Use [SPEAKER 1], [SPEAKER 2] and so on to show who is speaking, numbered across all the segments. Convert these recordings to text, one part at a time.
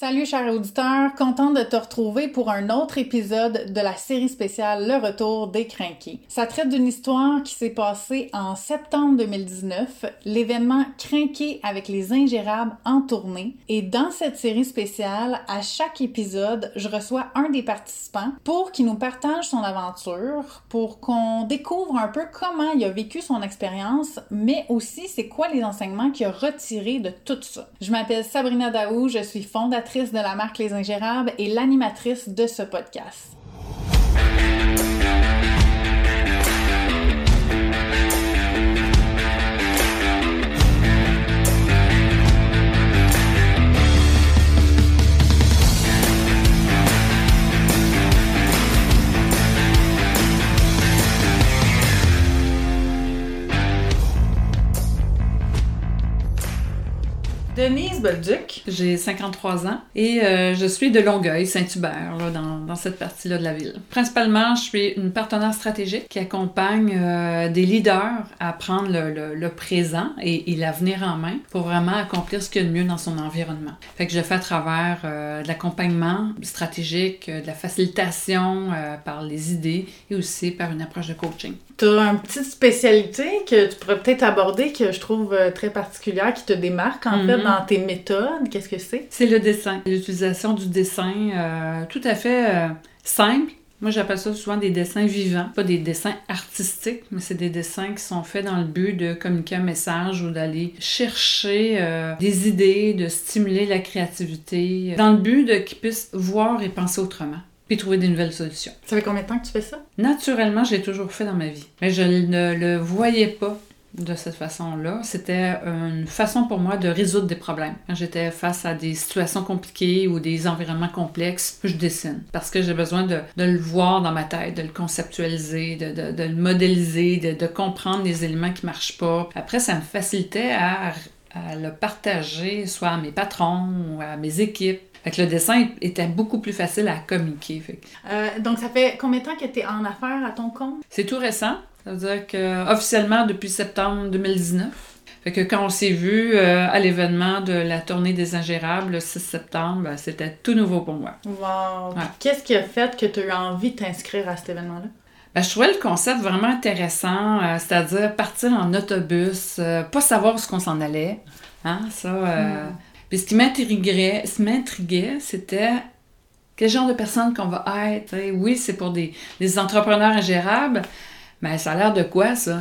[SPEAKER 1] Salut chers auditeurs, contente de te retrouver pour un autre épisode de la série spéciale Le Retour des Crinqués. Ça traite d'une histoire qui s'est passée en septembre 2019, l'événement Crinqués avec les Ingérables en tournée. Et dans cette série spéciale, à chaque épisode, je reçois un des participants pour qu'il nous partage son aventure, pour qu'on découvre un peu comment il a vécu son expérience, mais aussi c'est quoi les enseignements qu'il a retirés de tout ça. Je m'appelle Sabrina Daou, je suis fondatrice de la marque Les Ingérables et l'animatrice de ce podcast. Denise Bolduc.
[SPEAKER 2] J'ai 53 ans et je suis de Longueuil, Saint-Hubert, là, dans cette partie-là de la ville. Principalement, je suis une partenaire stratégique qui accompagne des leaders à prendre le présent et l'avenir en main pour vraiment accomplir ce qu'il y a de mieux dans son environnement. Fait que je fais à travers de l'accompagnement stratégique, de la facilitation par les idées et aussi par une approche de coaching.
[SPEAKER 1] Tu as une petite spécialité que tu pourrais peut-être aborder, que je trouve très particulière, qui te démarque en fait dans tes méthodes. Qu'est-ce que c'est?
[SPEAKER 2] C'est le dessin. L'utilisation du dessin tout à fait simple. Moi, j'appelle ça souvent des dessins vivants. Pas des dessins artistiques, mais c'est des dessins qui sont faits dans le but de communiquer un message ou d'aller chercher des idées, de stimuler la créativité, dans le but de qu'ils puissent voir et penser autrement. Puis trouver des nouvelles solutions.
[SPEAKER 1] Ça fait combien de temps que tu fais ça?
[SPEAKER 2] Naturellement, je l'ai toujours fait dans ma vie. Mais je ne le voyais pas de cette façon-là. C'était une façon pour moi de résoudre des problèmes. Quand j'étais face à des situations compliquées ou des environnements complexes, je dessine. Parce que j'ai besoin de le voir dans ma tête, de le conceptualiser, de le modéliser, de comprendre les éléments qui ne marchent pas. Après, ça me facilitait à le partager, soit à mes patrons ou à mes équipes. Fait que le dessin était beaucoup plus facile à communiquer.
[SPEAKER 1] Donc, ça fait combien de temps que tu es en affaires à ton compte?
[SPEAKER 2] C'est tout récent. Ça veut dire que officiellement depuis septembre 2019. Fait que quand on s'est vu à l'événement de la tournée des Ingérables le 6 septembre, c'était tout nouveau pour moi.
[SPEAKER 1] Wow!
[SPEAKER 2] Ouais.
[SPEAKER 1] Qu'est-ce qui a fait que tu as eu envie de t'inscrire à cet événement-là?
[SPEAKER 2] Je trouvais le concept vraiment intéressant, c'est-à-dire partir en autobus, pas savoir où est-ce qu'on s'en allait. Hein, ça... Puis ce qui m'intriguait, c'était quel genre de personne qu'on va être. T'sais. Oui, c'est pour des entrepreneurs ingérables, mais ça a l'air de quoi, ça?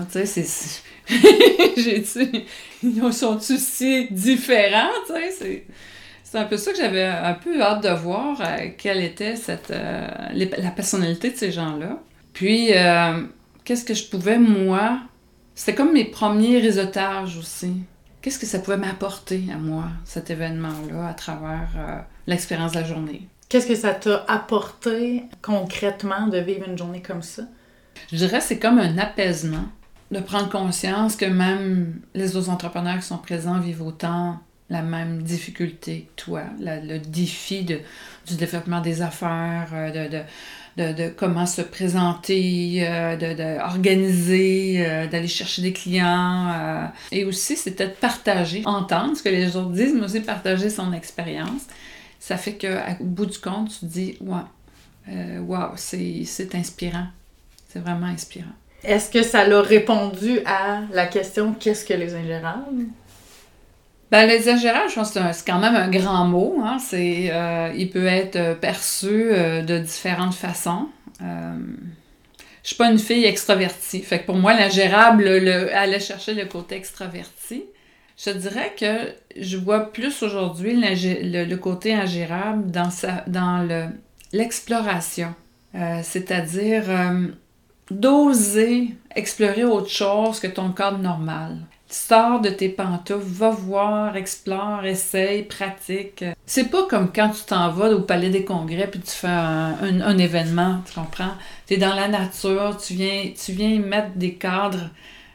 [SPEAKER 2] Ils sont-ils si différents? C'est un peu ça que j'avais un peu hâte de voir, quelle était la personnalité de ces gens-là. Puis, qu'est-ce que je pouvais, moi... C'était comme mes premiers réseautages aussi. Qu'est-ce que ça pouvait m'apporter à moi, cet événement-là, à travers l'expérience de la journée?
[SPEAKER 1] Qu'est-ce que ça t'a apporté concrètement de vivre une journée comme ça?
[SPEAKER 2] Je dirais que c'est comme un apaisement, de prendre conscience que même les autres entrepreneurs qui sont présents vivent autant la même difficulté que toi, le défi du développement des affaires, de comment se présenter, d'organiser, d'aller chercher des clients. Et aussi, c'était de partager, entendre ce que les autres disent, mais aussi partager son expérience. Ça fait qu'au bout du compte, tu te dis, wow, c'est inspirant. C'est vraiment inspirant.
[SPEAKER 1] Est-ce que ça l'a répondu à la question « Qu'est-ce que les Ingérables? »
[SPEAKER 2] Les ingérables, je pense que c'est quand même un grand mot. Hein? Il peut être perçu de différentes façons. Je suis pas une fille extravertie. Fait que pour moi, l'ingérable allait chercher le côté extraverti. Je dirais que je vois plus aujourd'hui le côté ingérable dans l'exploration. C'est-à-dire d'oser explorer autre chose que ton cadre normal. Sors de tes pantoufles, va voir, explore, essaye, pratique. C'est pas comme quand tu t'en vas au Palais des Congrès puis tu fais un événement, tu comprends? T'es dans la nature, tu viens mettre des cadres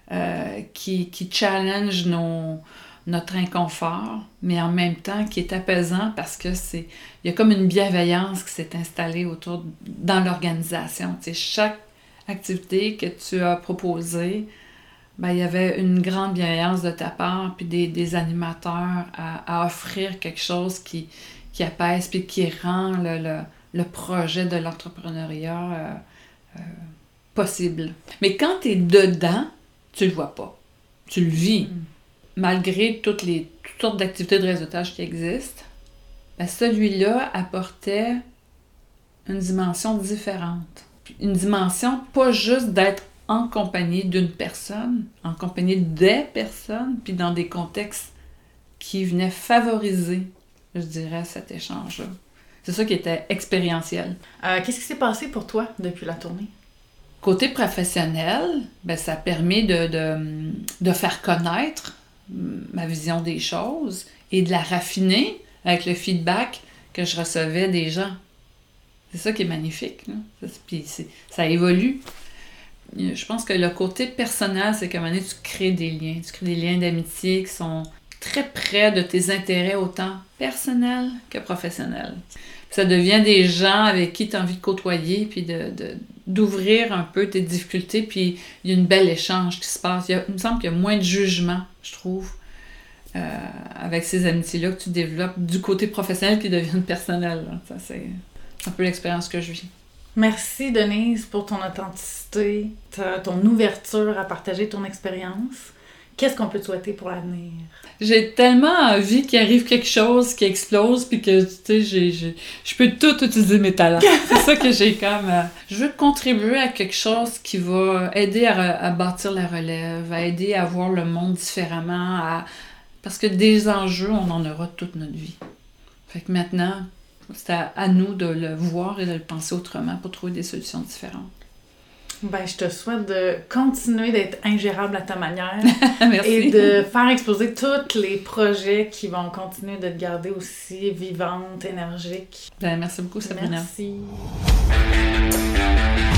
[SPEAKER 2] qui challengent notre inconfort, mais en même temps qui est apaisant parce que il y a comme une bienveillance qui s'est installée dans l'organisation. Tu sais, chaque activité que tu as proposée, il y avait une grande bienveillance de ta part, puis des animateurs à offrir quelque chose qui apaise puis qui rend le projet de l'entrepreneuriat possible. Mais quand tu es dedans, tu le vois pas. Tu le vis. Malgré toutes sortes d'activités de réseautage qui existent, ben celui-là apportait une dimension différente. Une dimension pas juste d'être en compagnie d'une personne, en compagnie des personnes, puis dans des contextes qui venaient favoriser, je dirais, cet échange-là. C'est ça qui était expérientiel.
[SPEAKER 1] Qu'est-ce qui s'est passé pour toi depuis la tournée?
[SPEAKER 2] Côté professionnel, ben, ça a permis de faire connaître ma vision des choses et de la raffiner avec le feedback que je recevais des gens. C'est ça qui est magnifique. Là. Puis ça évolue. Je pense que le côté personnel, c'est qu'à un moment donné, tu crées des liens. Tu crées des liens d'amitié qui sont très près de tes intérêts, autant personnels que professionnels. Puis ça devient des gens avec qui tu as envie de côtoyer, puis d'ouvrir un peu tes difficultés, puis il y a une belle échange qui se passe. Il me semble qu'il y a moins de jugement, je trouve, avec ces amitiés-là que tu développes du côté professionnel qui deviennent personnels. Là. Ça, c'est un peu l'expérience que je vis.
[SPEAKER 1] Merci Denise pour ton authenticité, ton ouverture à partager ton expérience. Qu'est-ce qu'on peut te souhaiter pour l'avenir?
[SPEAKER 2] J'ai tellement envie qu'il arrive quelque chose qui explose, puis que, tu sais, je peux tout utiliser mes talents. C'est ça que j'ai comme... je veux contribuer à quelque chose qui va aider à bâtir la relève, à aider à voir le monde différemment, parce que des enjeux, on en aura toute notre vie. Fait que maintenant, c'est à nous de le voir et de le penser autrement pour trouver des solutions différentes.
[SPEAKER 1] Ben, je te souhaite de continuer d'être ingérable à ta manière.
[SPEAKER 2] Merci.
[SPEAKER 1] Et de faire exploser tous les projets qui vont continuer de te garder aussi vivante, énergique.
[SPEAKER 2] Ben, merci beaucoup, Sabrina.
[SPEAKER 1] Merci.